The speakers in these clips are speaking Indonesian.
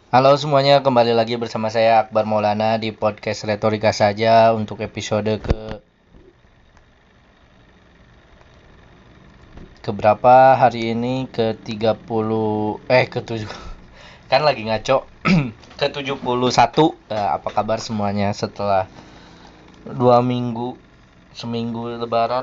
Halo semuanya, kembali lagi bersama saya Akbar Maulana di podcast Retorika Saja untuk episode keberapa hari ini ke-7 kan lagi ngaco ke-71. Apa kabar semuanya setelah 2 minggu seminggu lebaran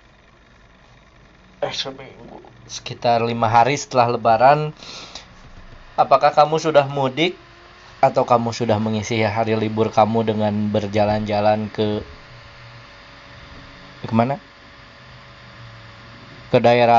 seminggu sekitar 5 hari setelah lebaran. Apakah kamu sudah mudik atau kamu sudah mengisi hari libur kamu dengan berjalan-jalan kemana? Ke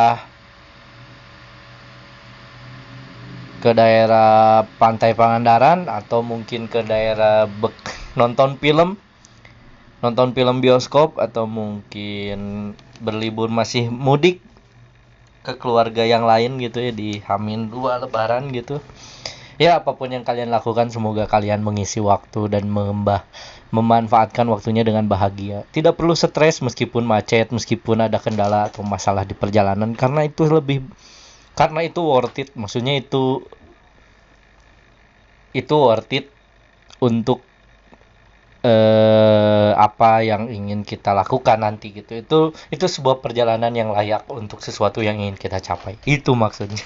daerah Pantai Pangandaran atau mungkin ke daerah nonton film bioskop, atau mungkin berlibur masih mudik ke keluarga yang lain gitu ya di Hamin 2 lebaran gitu. Ya, apapun yang kalian lakukan, semoga kalian mengisi waktu dan memanfaatkan waktunya dengan bahagia. Tidak perlu stres meskipun macet, meskipun ada kendala atau masalah di perjalanan, karena itu worth it. Maksudnya itu worth it untuk apa yang ingin kita lakukan nanti gitu. Itu sebuah perjalanan yang layak untuk sesuatu yang ingin kita capai. Itu maksudnya.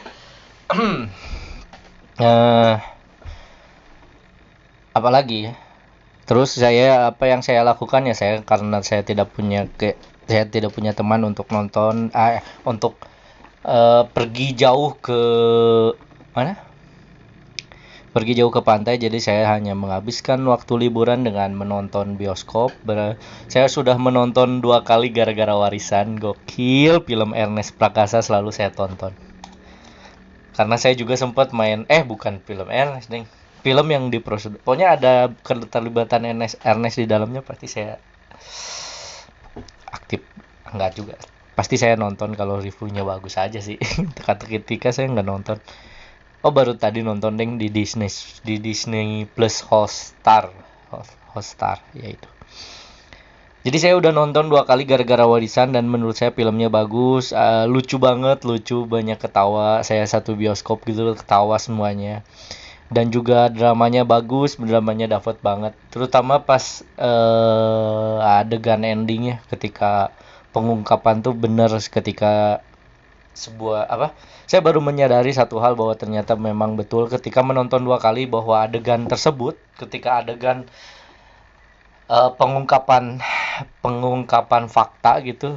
eh Apalagi ya. Terus apa yang saya lakukan ya, karena saya tidak punya teman untuk untuk pergi jauh ke mana? Pergi jauh ke pantai, jadi saya hanya menghabiskan waktu liburan dengan menonton bioskop. Saya sudah menonton 2 kali gara-gara warisan. Gokil, film Ernest Prakasa selalu saya tonton. Karena saya juga sempat main, bukan film Ernest, ding. Film yang diproduksi. Pokoknya ada keterlibatan Ernest di dalamnya, pasti saya aktif. Enggak juga. Pasti saya nonton kalau reviewnya bagus aja sih. Ketika saya nggak nonton. Oh, baru tadi nonton deng di Disney Plus Hotstar yaitu. Jadi saya udah nonton 2 kali gara-gara warisan, dan menurut saya filmnya bagus, lucu banget, banyak ketawa. Saya satu bioskop gitu ketawa semuanya. Dan juga dramanya dapat banget. Terutama pas adegan endingnya, ketika pengungkapan tuh bener, ketika sebuah apa saya baru menyadari satu hal, bahwa ternyata memang betul ketika menonton 2 kali, bahwa ketika adegan pengungkapan pengungkapan fakta gitu,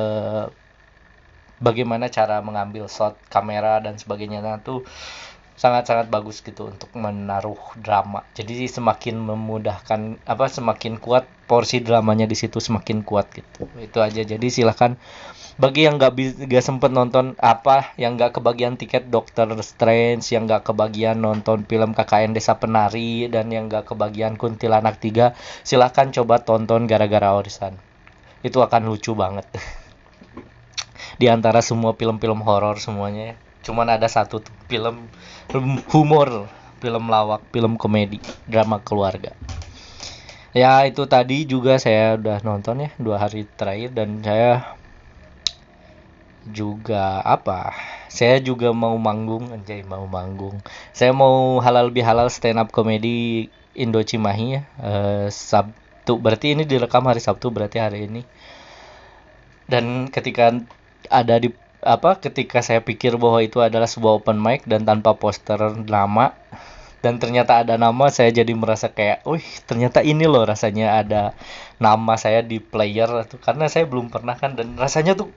bagaimana cara mengambil shot kamera dan sebagainya, nah tuh sangat-sangat bagus gitu untuk menaruh drama. Jadi semakin memudahkan, semakin kuat porsi dramanya di situ, semakin kuat gitu. Itu aja. Jadi silahkan, bagi yang nggak sempet nonton, yang nggak kebagian tiket Doctor Strange, yang nggak kebagian nonton film KKN Desa Penari, dan yang nggak kebagian Kuntilanak 3, silahkan coba tonton gara-gara warisan. Itu akan lucu banget. Di antara semua film-film horor semuanya, cuman ada satu tuh, film humor, film lawak, film komedi, drama keluarga. Ya, itu tadi juga saya udah nonton ya 2 hari terakhir, dan saya juga mau manggung, anjay, mau manggung. Saya mau halal bihalal stand up comedy Indo Cimahi ya. Sabtu, berarti ini direkam hari Sabtu, berarti hari ini. Dan ketika saya pikir bahwa itu adalah sebuah open mic dan tanpa poster nama, dan ternyata ada nama, saya jadi merasa kayak, wih, ternyata ini loh rasanya ada nama saya di player tuh, karena saya belum pernah kan, dan rasanya tuh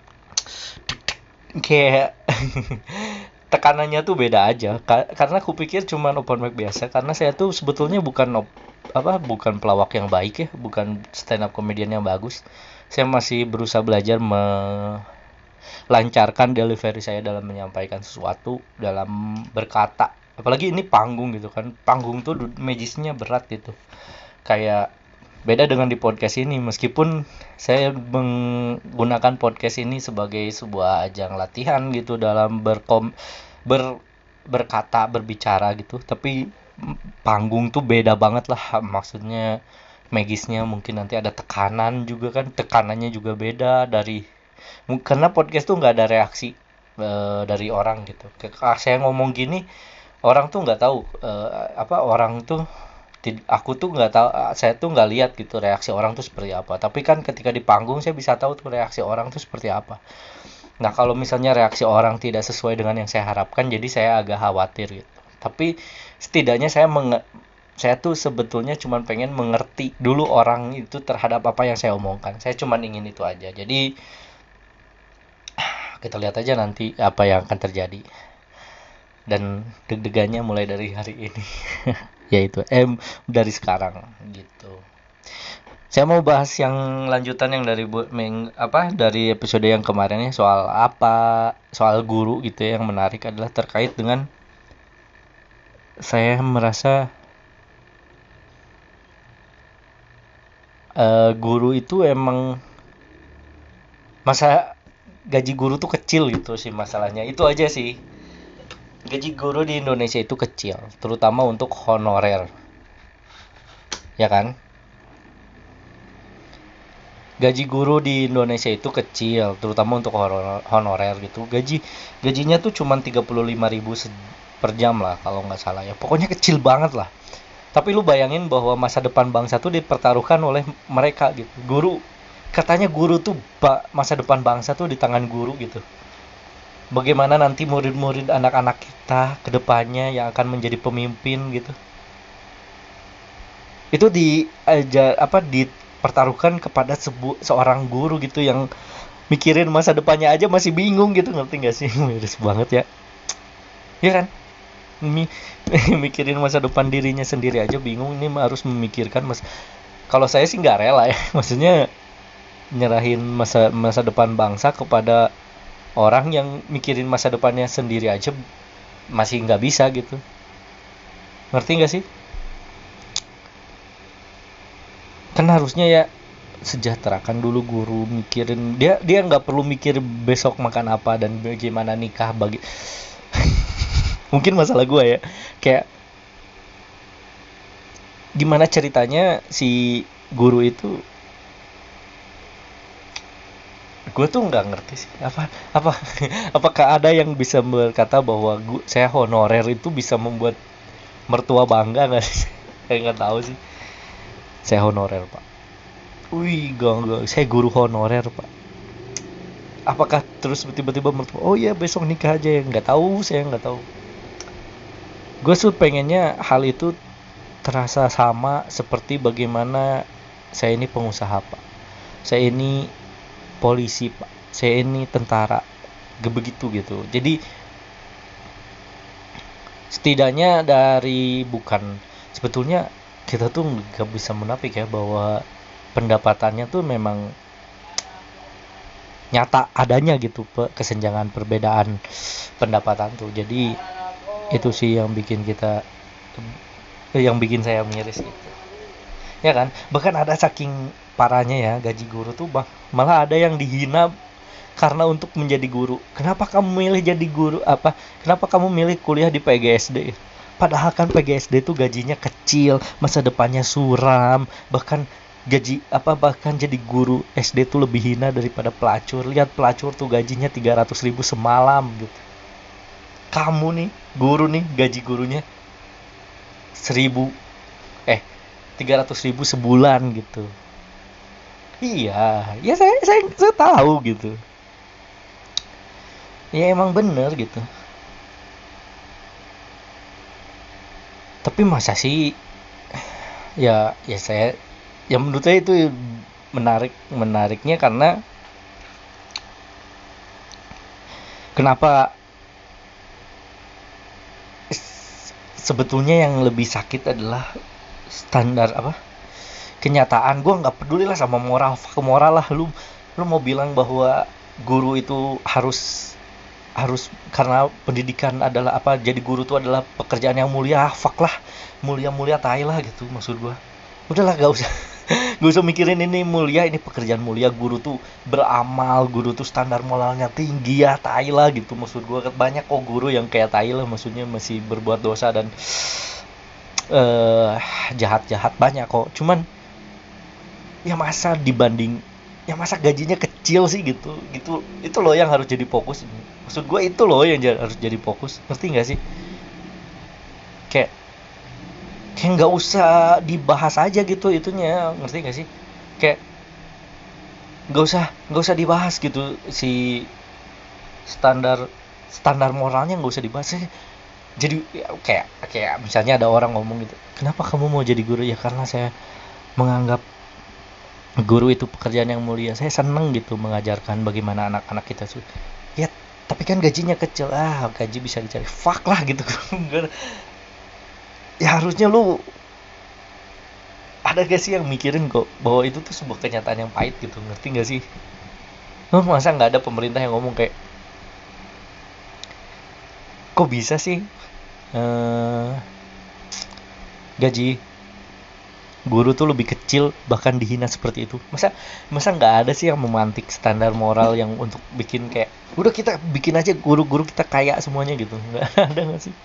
kayak tekanannya tuh beda aja. Karena aku pikir cuma open mic biasa, karena saya tuh sebetulnya bukan pelawak yang baik ya, bukan stand up comedian yang bagus. Saya masih berusaha belajar melancarkan delivery saya dalam menyampaikan sesuatu, dalam berkata. Apalagi ini panggung gitu kan. Panggung tuh magisnya berat gitu. Kayak beda dengan di podcast ini, meskipun saya menggunakan podcast ini sebagai sebuah ajang latihan gitu dalam berbicara gitu, tapi panggung tuh beda banget lah. Maksudnya magisnya mungkin nanti ada tekanan juga kan, tekanannya juga beda karena podcast tuh nggak ada reaksi dari orang gitu. Saya ngomong gini, Orang tuh nggak tahu orang tuh aku tuh nggak tahu, saya tuh nggak lihat gitu reaksi orang tuh seperti apa. Tapi kan ketika di panggung saya bisa tahu tuh reaksi orang tuh seperti apa. Nah, kalau misalnya reaksi orang tidak sesuai dengan yang saya harapkan, jadi saya agak khawatir gitu. Tapi setidaknya saya tuh sebetulnya cuma pengen mengerti dulu orang itu terhadap apa yang saya omongkan. Saya cuma ingin itu aja. Jadi kita lihat aja nanti apa yang akan terjadi. Dan deg-degannya mulai dari hari ini. Yaitu dari sekarang gitu. Saya mau bahas yang lanjutan yang dari episode yang kemarin ya, soal guru gitu ya. Yang menarik adalah terkait dengan saya merasa guru itu emang masa gaji guru tuh kecil gitu sih masalahnya. Itu aja sih. Gaji guru di Indonesia itu kecil, terutama untuk honorer. Ya kan? Gaji guru di Indonesia itu kecil, terutama untuk honorer gitu. Gajinya tuh cuma 35.000 per jam lah kalau nggak salah ya. Pokoknya kecil banget lah. Tapi lu bayangin bahwa masa depan bangsa tuh dipertaruhkan oleh mereka gitu. Katanya guru tuh masa depan bangsa tuh di tangan guru gitu. Bagaimana nanti murid-murid anak-anak kita ke depannya yang akan menjadi pemimpin gitu. Itu dipertaruhkan kepada seorang guru gitu yang mikirin masa depannya aja masih bingung gitu, ngerti gak sih? Miris banget ya. Iya kan? Mikirin masa depan dirinya sendiri aja bingung, ini harus memikirkan kalau saya sih nggak rela ya. Maksudnya nyerahin masa depan bangsa kepada orang yang mikirin masa depannya sendiri aja masih nggak bisa gitu. Ngerti nggak sih? Kan harusnya ya sejahterakan dulu guru, mikirin dia nggak perlu mikir besok makan apa dan bagaimana nikah mungkin masalah gue ya, kayak gimana ceritanya si guru itu, gue tuh nggak ngerti sih apa apakah ada yang bisa berkata bahwa saya honorer itu bisa membuat mertua bangga nggak sih? Kayak nggak tahu sih. Saya honorer pak. Wih, enggak, saya guru honorer pak. Apakah terus tiba-tiba mertua, oh iya besok nikah aja ya? Nggak tahu, saya nggak tahu. Gue tuh pengennya hal itu terasa sama seperti bagaimana saya ini pengusaha pak. Saya ini polisi pak. Saya ini tentara. Begitu gitu. Jadi setidaknya sebetulnya kita tuh nggak bisa menapik ya bahwa pendapatannya tuh memang nyata adanya gitu, kesenjangan perbedaan pendapatan tuh. Jadi itu sih yang bikin saya miris gitu. Ya kan? Bahkan ada saking parahnya ya gaji guru tuh malah ada yang dihina karena untuk menjadi guru. Kenapa kamu milih jadi guru? Kenapa kamu milih kuliah di PGSD? Padahal kan PGSD itu gajinya kecil, masa depannya suram, bahkan bahkan jadi guru SD tuh lebih hina daripada pelacur. Lihat pelacur tuh gajinya 300.000 semalam gitu. Kamu nih, guru nih, gaji gurunya 300.000 sebulan gitu. Iya, ya saya tahu gitu. Ya emang bener gitu. Tapi masa sih ya saya, ya menurut saya itu menariknya karena kenapa sebetulnya yang lebih sakit adalah standar kenyataan. Gue nggak peduli lah sama moral lah. Lu mau bilang bahwa guru itu harus karena pendidikan adalah jadi guru itu adalah pekerjaan yang mulia, fuck lah, mulia tai lah gitu maksud gue. Udahlah, gak usah mikirin ini mulia, ini pekerjaan mulia. Guru tuh beramal, guru tuh standar moralnya tinggi ya, tai lah gitu maksud gue. Banyak kok guru yang kayak tai lah, maksudnya masih berbuat dosa dan jahat-jahat banyak kok. Cuman ya masa gajinya kecil sih gitu. Itu loh yang harus jadi fokus. Maksud gue itu loh yang harus jadi fokus. Ngerti gak sih? kayak kayak nggak usah dibahas aja gitu itunya, ngerti gak sih? Kayak nggak usah dibahas gitu, si standar standar moralnya nggak usah dibahas. Jadi ya, kayak kayak misalnya ada orang ngomong gitu, kenapa kamu mau jadi guru? Ya karena saya menganggap guru itu pekerjaan yang mulia, saya seneng gitu mengajarkan bagaimana anak-anak kita tuh. Ya tapi kan gajinya kecil, gaji bisa dicari, fuck lah gitu. Ya harusnya lu ada gak sih yang mikirin kok bahwa itu tuh sebuah kenyataan yang pahit gitu, ngerti gak sih? Masa nggak ada pemerintah yang ngomong kayak, kok bisa sih eh, gaji guru tuh lebih kecil bahkan dihina seperti itu? Masa nggak ada sih yang memantik standar moral yang untuk bikin kayak udah kita bikin aja guru-guru kita kaya semuanya gitu? Nggak ada nggak sih?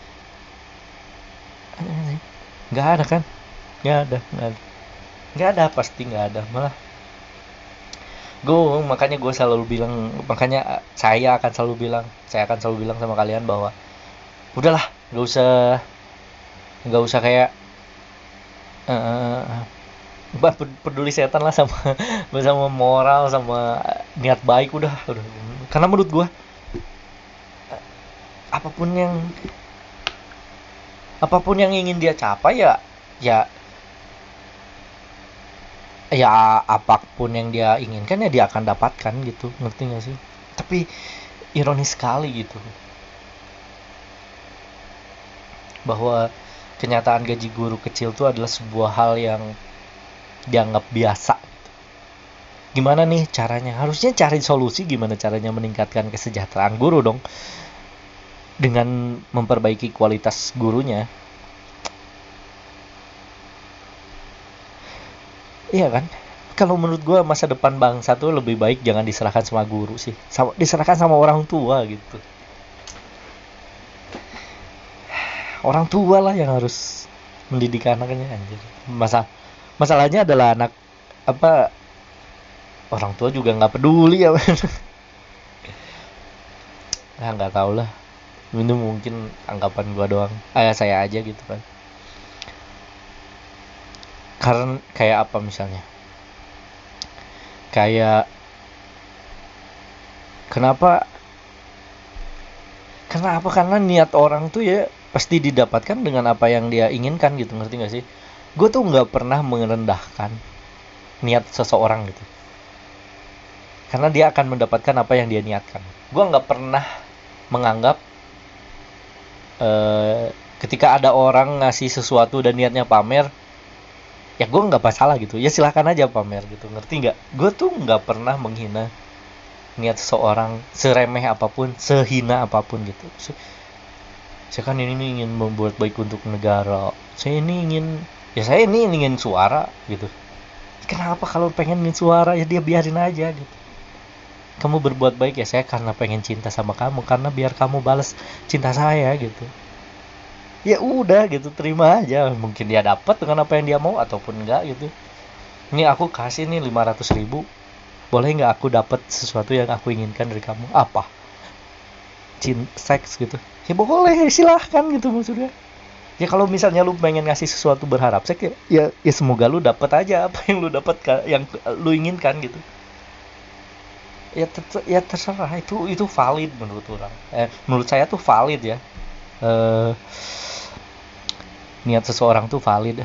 Ada nggak sih? Nggak ada kan? Nggak ada, pasti nggak ada. Malah makanya gue selalu bilang, makanya saya akan selalu bilang sama kalian bahwa udahlah, nggak usah kayak eh, peduli setan lah sama sama moral, sama niat baik. Udah, karena menurut gue apapun yang apapun yang ingin dia capai, ya ya apapun yang dia inginkan ya dia akan dapatkan gitu, ngerti gak sih? Tapi ironis sekali gitu bahwa kenyataan gaji guru kecil itu adalah sebuah hal yang dianggap biasa. Gimana nih caranya? Harusnya cari solusi gimana caranya meningkatkan kesejahteraan guru dong, dengan memperbaiki kualitas gurunya. Iya kan? Kalau menurut gue masa depan bangsa tuh lebih baik jangan diserahkan sama guru sih, diserahkan sama orang tua gitu. Orang tua lah yang harus mendidik anaknya, anjir. Masalahnya adalah anak apa, orang tua juga nggak peduli ya. Nggak tahu lah, ini mungkin anggapan gua doang, saya aja gitu kan. Karena kayak apa misalnya, kayak kenapa karena niat orang tuh ya pasti didapatkan dengan apa yang dia inginkan gitu, ngerti gak sih? Gue tuh nggak pernah merendahkan niat seseorang gitu, karena dia akan mendapatkan apa yang dia niatkan. Gue nggak pernah menganggap ketika ada orang ngasih sesuatu dan niatnya pamer, ya gue nggak masalah gitu, ya silahkan aja pamer gitu, ngerti nggak? Gue tuh nggak pernah menghina niat seseorang, seremeh apapun, sehina apapun gitu. Saya kan ini ingin membuat baik untuk negara, saya ini ingin suara gitu. Kenapa kalau pengen suara ya dia biarin aja gitu. Kamu berbuat baik ya saya karena pengen cinta sama kamu, karena biar kamu balas cinta saya gitu. Ya udah gitu, terima aja. Mungkin dia dapat dengan apa yang dia mau ataupun enggak gitu. Ini aku kasih nih 500.000, boleh nggak aku dapat sesuatu yang aku inginkan dari kamu? Apa? Seks gitu. Ya boleh, silahkan gitu maksudnya. Ya kalau misalnya lu pengen ngasih sesuatu berharap seks, ya semoga lu dapat aja apa yang lu dapat, yang lu inginkan gitu. Ya terserah, itu valid menurut orang. Menurut saya tuh valid ya. Niat seseorang tuh valid.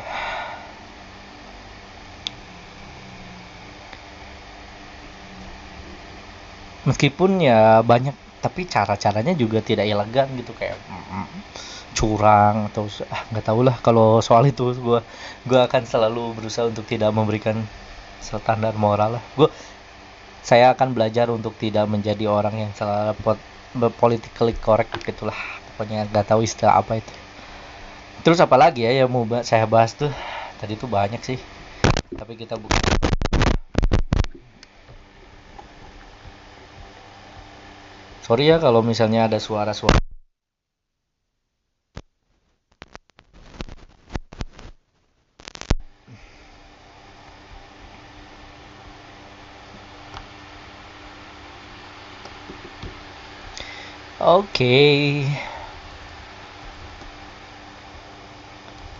Meskipun ya banyak, tapi cara-caranya juga tidak elegan gitu, kayak curang atau nggak tahu lah. Kalau soal itu gue akan selalu berusaha untuk tidak memberikan standar moral lah. Saya akan belajar untuk tidak menjadi orang yang selalu politically correct gitulah, pokoknya nggak tahu istilah apa itu. Terus apa lagi ya yang mau saya bahas tuh, tadi tuh banyak sih, tapi kita buka. Sorry ya kalau misalnya ada suara-suara. Oke.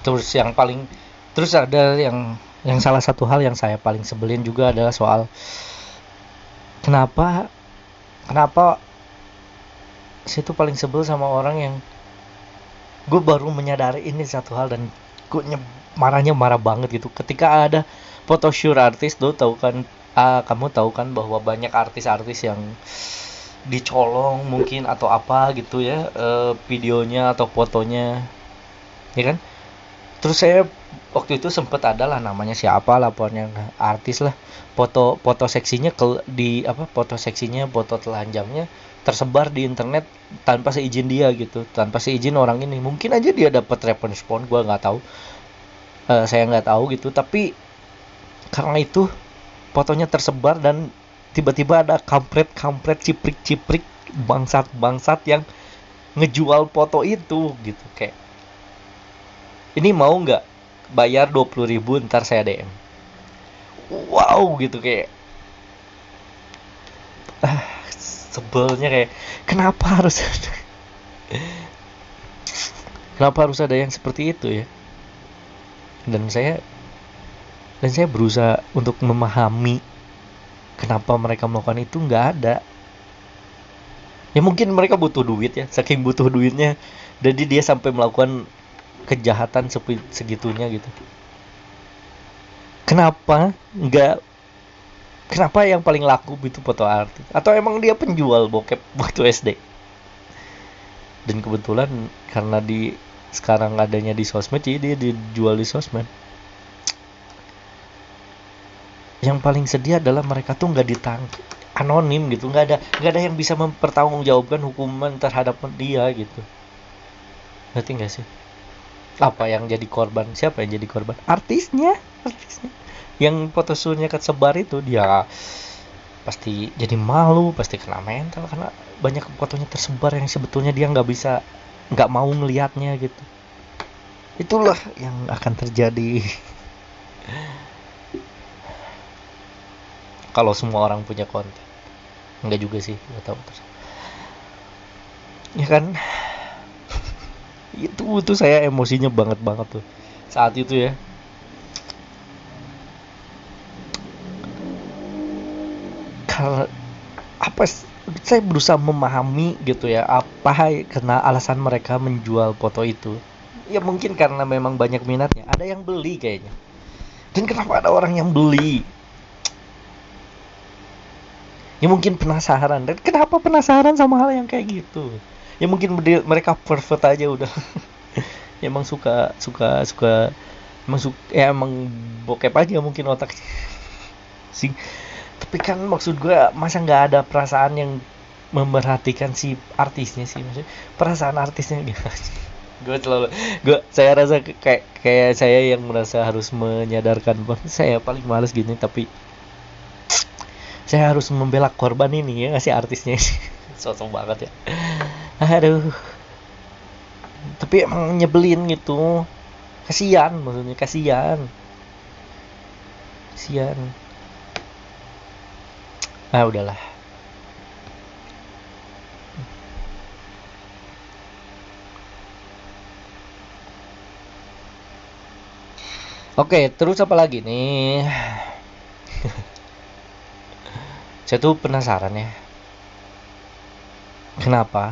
Terus yang paling terus ada yang salah satu hal yang saya paling sebelin juga adalah soal kenapa kenapa saya tuh paling sebel sama orang yang gue baru menyadari ini satu hal dan gue marahnya marah banget gitu ketika ada photoshoot artis tuh tahu kan, kamu tahu kan bahwa banyak artis-artis yang dicolong mungkin atau apa gitu ya, videonya atau fotonya ya kan. Terus saya waktu itu sempet ada lah namanya siapa lah pokoknya artis lah, foto seksinya foto seksinya, foto telanjangnya tersebar di internet tanpa seizin dia gitu, tanpa seizin orang ini. Mungkin aja dia dapat respon, gue nggak tahu. Saya nggak tahu gitu, tapi karena itu fotonya tersebar dan tiba-tiba ada kampret ciprik bangsat yang ngejual foto itu gitu. Kayak ini mau nggak bayar 20.000 ntar saya DM, wow gitu. Kayak sebelnya kayak kenapa harus ada yang seperti itu ya. Dan saya berusaha untuk memahami kenapa mereka melakukan itu. Nggak ada ya, mungkin mereka butuh duit ya, saking butuh duitnya jadi dia sampai melakukan kejahatan segitunya gitu. Kenapa yang paling laku itu foto artis? Atau emang dia penjual bokep waktu SD? Dan kebetulan karena sekarang adanya di sosmed, jadi dia dijual di sosmed. Yang paling sedih adalah mereka tuh nggak ditangkap, anonim gitu, nggak ada yang bisa mempertanggungjawabkan hukuman terhadap dia gitu. Ngerti nggak sih? Apa yang jadi korban? Siapa yang jadi korban? Artisnya. Yang photoshootnya kesebar itu dia pasti jadi malu, pasti kena mental karena banyak fotonya tersebar yang sebetulnya dia nggak mau ngelihatnya gitu. Itulah yang akan terjadi kalau semua orang punya konten. Enggak juga sih, nggak tahu terus. Ya kan? Itu saya emosinya banget tuh saat itu ya. Kalau saya berusaha memahami gitu ya, karena alasan mereka menjual foto itu. Ya mungkin karena memang banyak minatnya, ada yang beli kayaknya. Dan kenapa ada orang yang beli? Ya mungkin penasaran. Dan kenapa penasaran sama hal yang kayak gitu? Ya mungkin mereka pervert aja udah. Ya emang suka emang bokep aja mungkin otaknya sih. Tapi kan maksud gue, masa nggak ada perasaan yang memperhatikan si artisnya sih, maksudnya perasaan artisnya gitu. Saya rasa kayak saya yang merasa harus menyadarkan bahwa saya paling males gini, tapi saya harus membela korban ini ya, ngasih artisnya sih. Sosok banget ya. Aduh. Tapi emang nyebelin gitu. Kasian. Udahlah. Oke, terus apa lagi nih? Saya tuh penasaran ya. Kenapa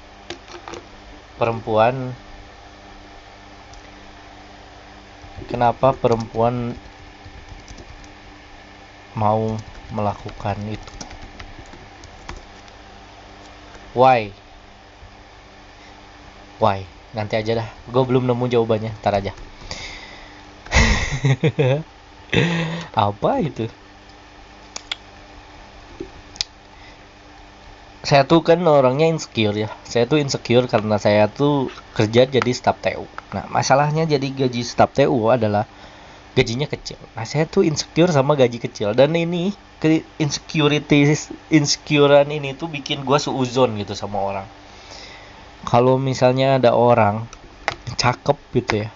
perempuan mau melakukan itu? Why? Nanti aja dah. Gue belum nemu jawabannya. Ntar aja. Apa itu? Saya tuh kan orangnya insecure ya. Saya tuh insecure karena saya tuh kerja jadi staf TU. Nah, masalahnya jadi gaji staf TU adalah gajinya kecil. Nah, saya tuh insecure sama gaji kecil. Dan ini insecurean ini tuh bikin gue suuzon gitu sama orang. Kalau misalnya ada orang cakep gitu ya,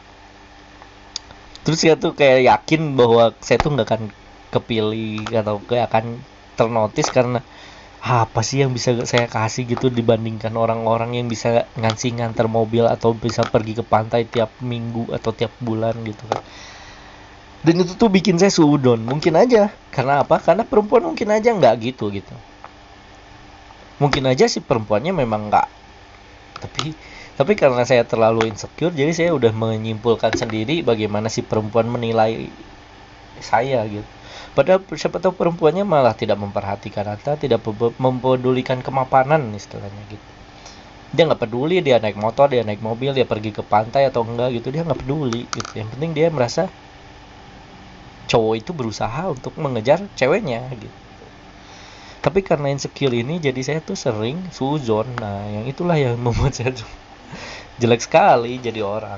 terus saya tuh kayak yakin bahwa saya tuh nggak akan kepilih atau gak akan ternotis karena apa sih yang bisa saya kasih gitu dibandingkan orang-orang yang bisa nganter mobil atau bisa pergi ke pantai tiap minggu atau tiap bulan gitu kan. Dan itu tuh bikin saya suudon. Mungkin aja karena apa, karena perempuan mungkin aja nggak gitu, mungkin aja si perempuannya memang nggak, tapi karena saya terlalu insecure jadi saya udah menyimpulkan sendiri bagaimana si perempuan menilai saya gitu. Padahal siapa tahu perempuannya malah tidak memperhatikan Anda, tidak mempedulikan kemapanan istilahnya gitu. Dia nggak peduli dia naik motor, dia naik mobil, dia pergi ke pantai atau enggak gitu, dia nggak peduli gitu. Yang penting dia merasa cowok itu berusaha untuk mengejar ceweknya gitu. Tapi karena insecure ini jadi saya tuh sering suzon. Nah, yang itulah yang membuat saya tuh jelek sekali jadi orang.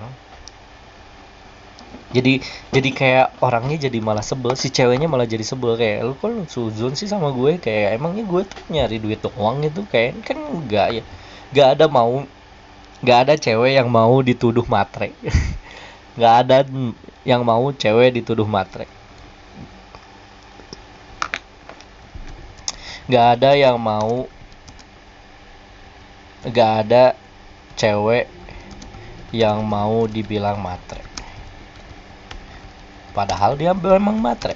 Jadi kayak orangnya jadi malah sebel, si ceweknya malah jadi sebel kayak lu kok lu suzon sih sama gue, kayak emangnya gue tuh nyari duit doang gitu, kayak kan enggak ya. Enggak ada mau enggak ada cewek yang mau dituduh matre. Enggak ada yang mau cewek dituduh matre. Enggak ada yang mau, enggak ada cewek yang mau dibilang matre. Padahal dia memang matre.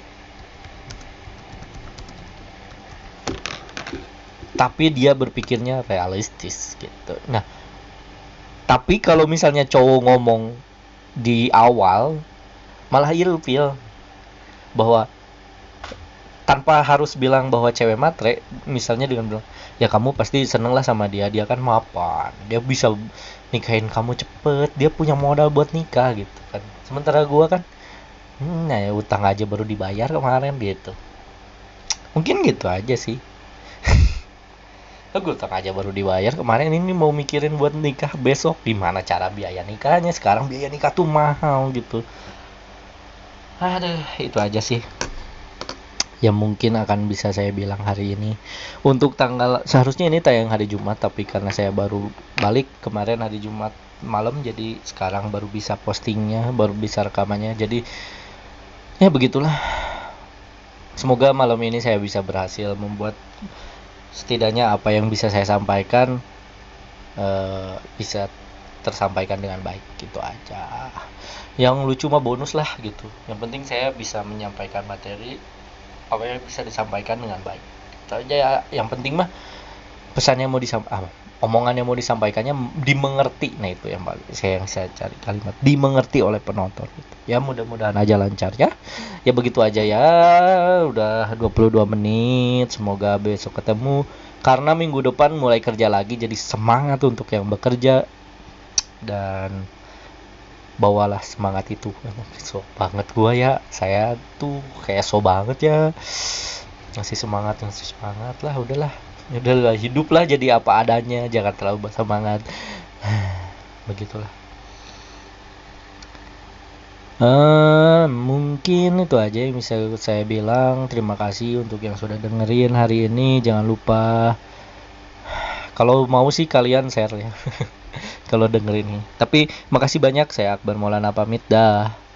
Tapi dia berpikirnya realistis gitu. Nah, tapi kalau misalnya cowok ngomong di awal malah ilfil bahwa tanpa harus bilang bahwa cewek matre, misalnya dengan bilang ya kamu pasti seneng lah sama dia, dia kan mapan, dia bisa nikahin kamu cepet, dia punya modal buat nikah gitu kan. Sementara gua kan nah ya utang aja baru dibayar kemarin gitu. Mungkin gitu aja sih. Gue utang aja baru dibayar kemarin, ini mau mikirin buat nikah besok, gimana cara biaya nikahnya, sekarang biaya nikah tuh mahal gitu. Aduh, itu aja sih yang mungkin akan bisa saya bilang hari ini. Untuk tanggal, seharusnya ini tayang hari Jumat, tapi karena saya baru balik kemarin hari Jumat malam, jadi sekarang baru bisa postingnya, baru bisa rekamannya. Jadi ya begitulah. Semoga malam ini saya bisa berhasil membuat setidaknya apa yang bisa saya sampaikan bisa tersampaikan dengan baik, gitu aja. Yang lucu mah bonus lah gitu. Yang penting saya bisa menyampaikan materi apa yang bisa disampaikan dengan baik. Itu aja ya. Yang penting mah pesannya mau disampaikan, omongan yang mau disampaikannya dimengerti. Nah itu yang saya cari kalimat dimengerti oleh penonton gitu. Ya mudah-mudahan aja lancar ya. Ya begitu aja ya. Udah 22 menit. Semoga besok ketemu. Karena minggu depan mulai kerja lagi, jadi semangat untuk yang bekerja. Dan bawalah semangat itu. So banget gua ya. Saya tuh kayak so banget ya. Ngasih semangat lah, udahlah. Udahlah, hiduplah jadi apa adanya, jangan terlalu bersemangat. Begitulah. Mungkin itu aja yang bisa saya bilang. Terima kasih untuk yang sudah dengerin hari ini. Jangan lupa kalau mau sih kalian share ya. Kalau dengerin ini. Tapi makasih banyak, saya Akbar Maulana pamit dah.